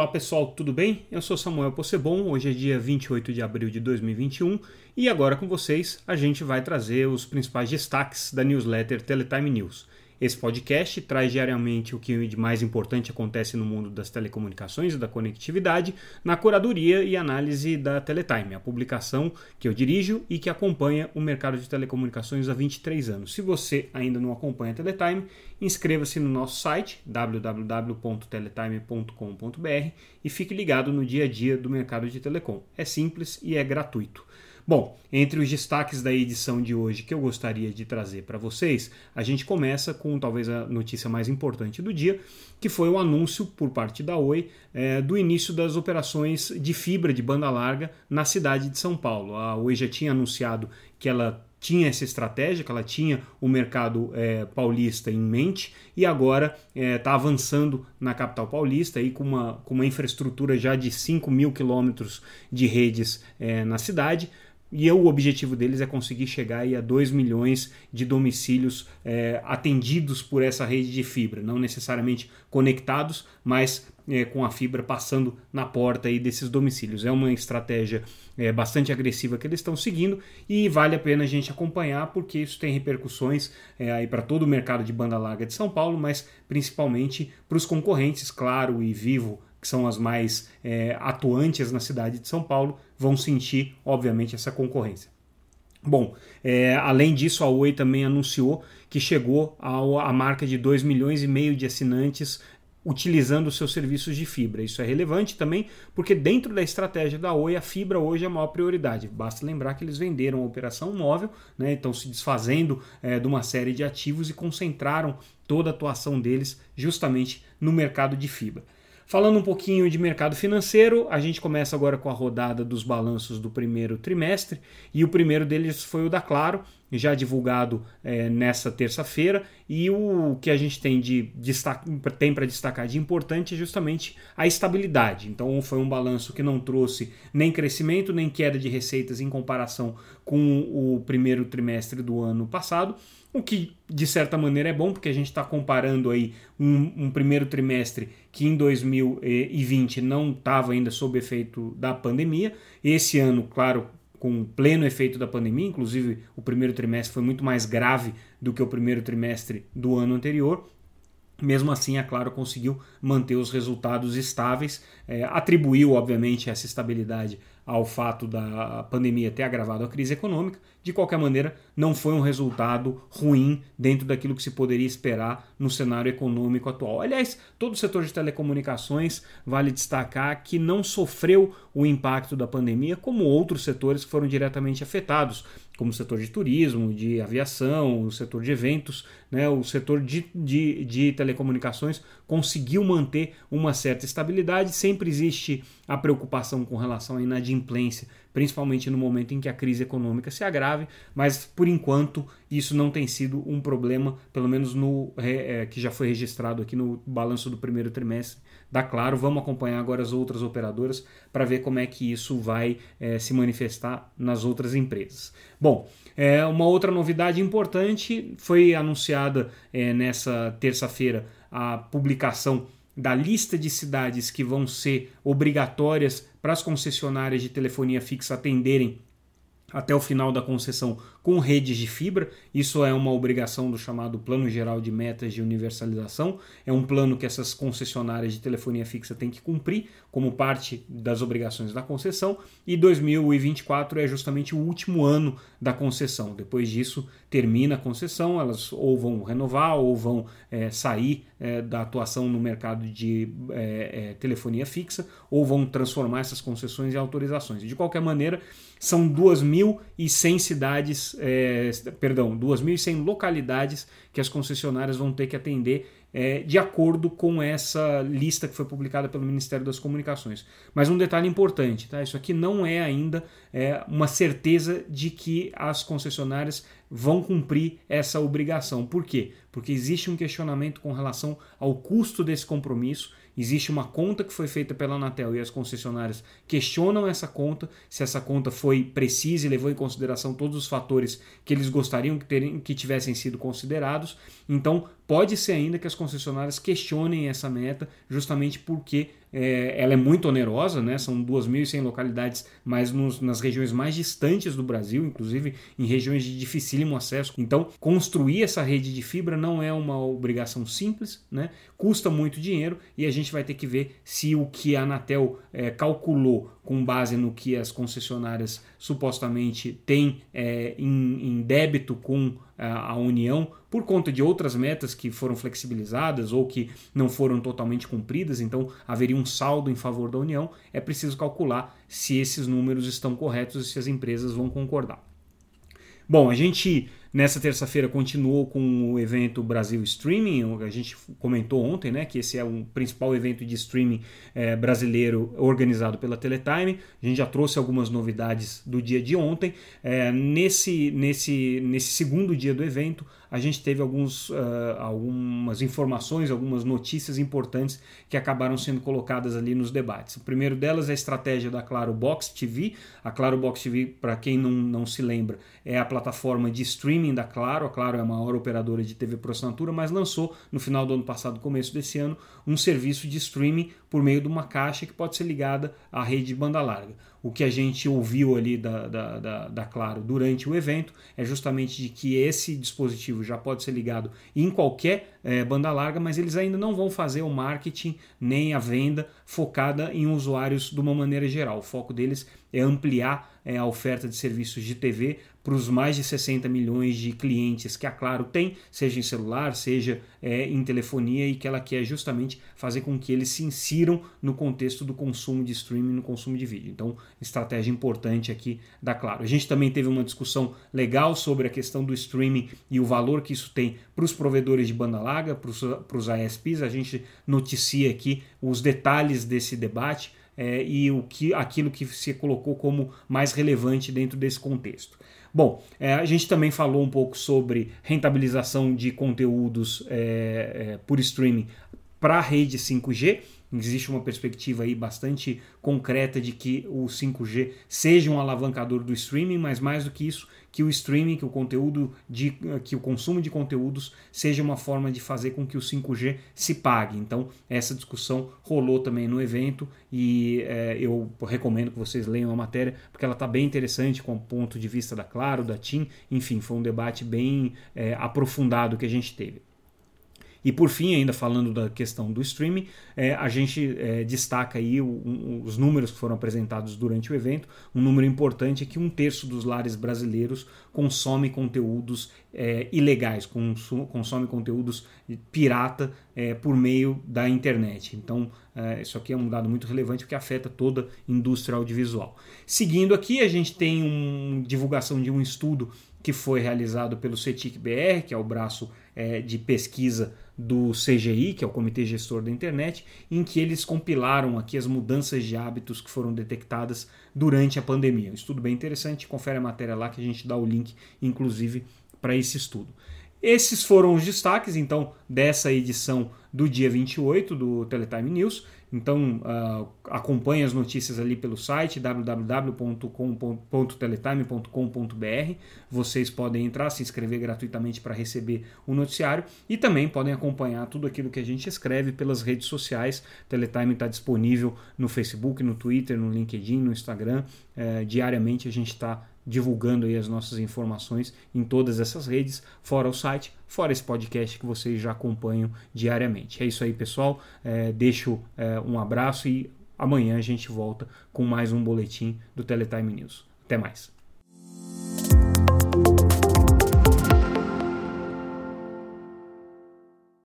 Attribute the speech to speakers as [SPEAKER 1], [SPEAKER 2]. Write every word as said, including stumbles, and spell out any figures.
[SPEAKER 1] Olá pessoal, tudo bem? Eu sou Samuel Possebon, hoje é dia vinte e oito de abril de dois mil e vinte e um e agora com vocês a gente vai trazer os principais destaques da newsletter Teletime News. Esse podcast traz diariamente o que de mais importante acontece no mundo das telecomunicações e da conectividade na curadoria e análise da Teletime, a publicação que eu dirijo e que acompanha o mercado de telecomunicações há vinte e três anos. Se você ainda não acompanha a Teletime, inscreva-se no nosso site w w w ponto teletime ponto com ponto b r e fique ligado no dia a dia do mercado de telecom. É simples e é gratuito. Bom, entre os destaques da edição de hoje que eu gostaria de trazer para vocês, a gente começa com talvez a notícia mais importante do dia, que foi o anúncio por parte da Oi é, do início das operações de fibra de banda larga na cidade de São Paulo. A Oi já tinha anunciado que ela tinha essa estratégia, que ela tinha o mercado é, paulista em mente e agora está é, avançando na capital paulista aí com, uma, com uma infraestrutura já de cinco mil quilômetros de redes é, na cidade. E o objetivo deles é conseguir chegar aí a dois milhões de domicílios é, atendidos por essa rede de fibra, não necessariamente conectados, mas é, com a fibra passando na porta aí desses domicílios. É uma estratégia é, bastante agressiva que eles estão seguindo e vale a pena a gente acompanhar porque isso tem repercussões é, aí para todo o mercado de banda larga de São Paulo, mas principalmente para os concorrentes, Claro e Vivo, que são as mais é, atuantes na cidade de São Paulo, vão sentir, obviamente, essa concorrência. Bom, é, além disso, a Oi também anunciou que chegou à marca de dois milhões e meio de assinantes utilizando os seus serviços de fibra. Isso é relevante também porque dentro da estratégia da Oi, a fibra hoje é a maior prioridade. Basta lembrar que eles venderam a operação móvel, né, estão se desfazendo é, de uma série de ativos e concentraram toda a atuação deles justamente no mercado de fibra. Falando um pouquinho de mercado financeiro, a gente começa agora com a rodada dos balanços do primeiro trimestre e o primeiro deles foi o da Claro, já divulgado é, nessa terça-feira, e o que a gente tem de destaque, tem para destacar de importante é justamente a estabilidade. Então foi um balanço que não trouxe nem crescimento nem queda de receitas em comparação com o primeiro trimestre do ano passado, o que de certa maneira é bom, porque a gente está comparando aí um, um primeiro trimestre que em dois mil e vinte não estava ainda sob efeito da pandemia. Esse ano, claro, com pleno efeito da pandemia, inclusive o primeiro trimestre foi muito mais grave do que o primeiro trimestre do ano anterior. Mesmo assim, a Claro conseguiu manter os resultados estáveis, é, atribuiu, obviamente, essa estabilidade ao fato da pandemia ter agravado a crise econômica. De qualquer maneira, não foi um resultado ruim dentro daquilo que se poderia esperar no cenário econômico atual. Aliás, todo o setor de telecomunicações, vale destacar que não sofreu o impacto da pandemia como outros setores que foram diretamente afetados, como o setor de turismo, de aviação, o setor de eventos, né? O setor de, de, de telecomunicações conseguiu manter uma certa estabilidade. Sempre existe a preocupação com relação à inadimplência, principalmente no momento em que a crise econômica se agrave, mas por enquanto isso não tem sido um problema, pelo menos no é, que já foi registrado aqui no balanço do primeiro trimestre da Claro. Vamos acompanhar agora as outras operadoras para ver como é que isso vai é, se manifestar nas outras empresas. Bom, é, uma outra novidade importante foi anunciada é, nessa terça-feira a publicação da lista de cidades que vão ser obrigatórias para as concessionárias de telefonia fixa atenderem até o final da concessão com redes de fibra. Isso é uma obrigação do chamado Plano Geral de Metas de Universalização. É um plano que essas concessionárias de telefonia fixa têm que cumprir como parte das obrigações da concessão, e dois mil e vinte e quatro é justamente o último ano da concessão. Depois disso termina a concessão, elas ou vão renovar ou vão é, sair é, da atuação no mercado de é, é, telefonia fixa, ou vão transformar essas concessões em autorizações. De qualquer maneira, são duas mil e cem cidades, é, perdão, duas mil e cem localidades que as concessionárias vão ter que atender é, de acordo com essa lista que foi publicada pelo Ministério das Comunicações. Mas um detalhe importante, tá? Isso aqui não é ainda é, uma certeza de que as concessionárias vão cumprir essa obrigação. Por quê? Porque existe um questionamento com relação ao custo desse compromisso. Existe uma conta que foi feita pela Anatel e as concessionárias questionam essa conta, se essa conta foi precisa e levou em consideração todos os fatores que eles gostariam que, terem, que tivessem sido considerados. Então, pode ser ainda que as concessionárias questionem essa meta, justamente porque é, ela é muito onerosa, né? São duas mil e cem localidades, mas nos, nas regiões mais distantes do Brasil, inclusive em regiões de dificílimo acesso. Então, construir essa rede de fibra não é uma obrigação simples, né? Custa muito dinheiro e a gente vai ter que ver se o que a Anatel é, calculou com base no que as concessionárias supostamente têm é, em, em débito com a, a União, por conta de outras metas que foram flexibilizadas ou que não foram totalmente cumpridas, então haveria um saldo em favor da União, é preciso calcular se esses números estão corretos e se as empresas vão concordar. Bom, a gente nessa terça-feira continuou com o evento Brasil Streaming, a gente comentou ontem, né, que esse é o principal evento de streaming é, brasileiro organizado pela Teletime. A gente já trouxe algumas novidades do dia de ontem. É, nesse, nesse, nesse segundo dia do evento, a gente teve alguns, uh, algumas informações, algumas notícias importantes que acabaram sendo colocadas ali nos debates. O primeiro delas é a estratégia da Claro Box T V. A Claro Box T V, para quem não, não se lembra, é a plataforma de streaming da Claro. A Claro é a maior operadora de T V por assinatura, mas lançou no final do ano passado, começo desse ano, um serviço de streaming por meio de uma caixa que pode ser ligada à rede de banda larga. O que a gente ouviu ali da, da, da, da Claro durante o evento é justamente de que esse dispositivo já pode ser ligado em qualquer é, banda larga, mas eles ainda não vão fazer o marketing nem a venda focada em usuários de uma maneira geral. O foco deles é ampliar é, a oferta de serviços de T V para os mais de sessenta milhões de clientes que a Claro tem, seja em celular, seja é, em telefonia, e que ela quer justamente fazer com que eles se insiram no contexto do consumo de streaming, no consumo de vídeo. Então, estratégia importante aqui da Claro. A gente também teve uma discussão legal sobre a questão do streaming e o valor que isso tem para os provedores de banda larga, para os I S Ps. A gente noticia aqui os detalhes desse debate é, e o que, aquilo que se colocou como mais relevante dentro desse contexto. Bom, é, a gente também falou um pouco sobre rentabilização de conteúdos é, é, por streaming para a rede cinco G. Existe uma perspectiva aí bastante concreta de que o cinco G seja um alavancador do streaming, mas mais do que isso, que o streaming, que o conteúdo, de, que o consumo de conteúdos seja uma forma de fazer com que o cinco G se pague. Então, essa discussão rolou também no evento e é, eu recomendo que vocês leiam a matéria, porque ela está bem interessante com o ponto de vista da Claro, da TIM, enfim, foi um debate bem é, aprofundado que a gente teve. E por fim, ainda falando da questão do streaming, é, a gente é, destaca aí o, um, os números que foram apresentados durante o evento. Um número importante é que um terço dos lares brasileiros consome conteúdos é, ilegais, consome, consome conteúdos pirata é, por meio da internet. Então, é, isso aqui é um dado muito relevante porque afeta toda a indústria audiovisual. Seguindo aqui, a gente tem uma divulgação de um estudo que foi realizado pelo CETIC B R, que é o braço é, de pesquisa do C G I, que é o Comitê Gestor da Internet, em que eles compilaram aqui as mudanças de hábitos que foram detectadas durante a pandemia. Um estudo bem interessante, confere a matéria lá que a gente dá o link, inclusive, para esse estudo. Esses foram os destaques, então, dessa edição do dia vinte e oito do Teletime News. Então, uh, acompanhe as notícias ali pelo site w w w ponto teletime ponto com ponto b r. Vocês podem entrar, se inscrever gratuitamente para receber o noticiário e também podem acompanhar tudo aquilo que a gente escreve pelas redes sociais. Teletime está disponível no Facebook, no Twitter, no LinkedIn, no Instagram. Uh, diariamente a gente está divulgando aí as nossas informações em todas essas redes, fora o site, fora esse podcast que vocês já acompanham diariamente. É isso aí, pessoal. É, deixo é, um abraço e amanhã a gente volta com mais um boletim do Teletime News. Até mais.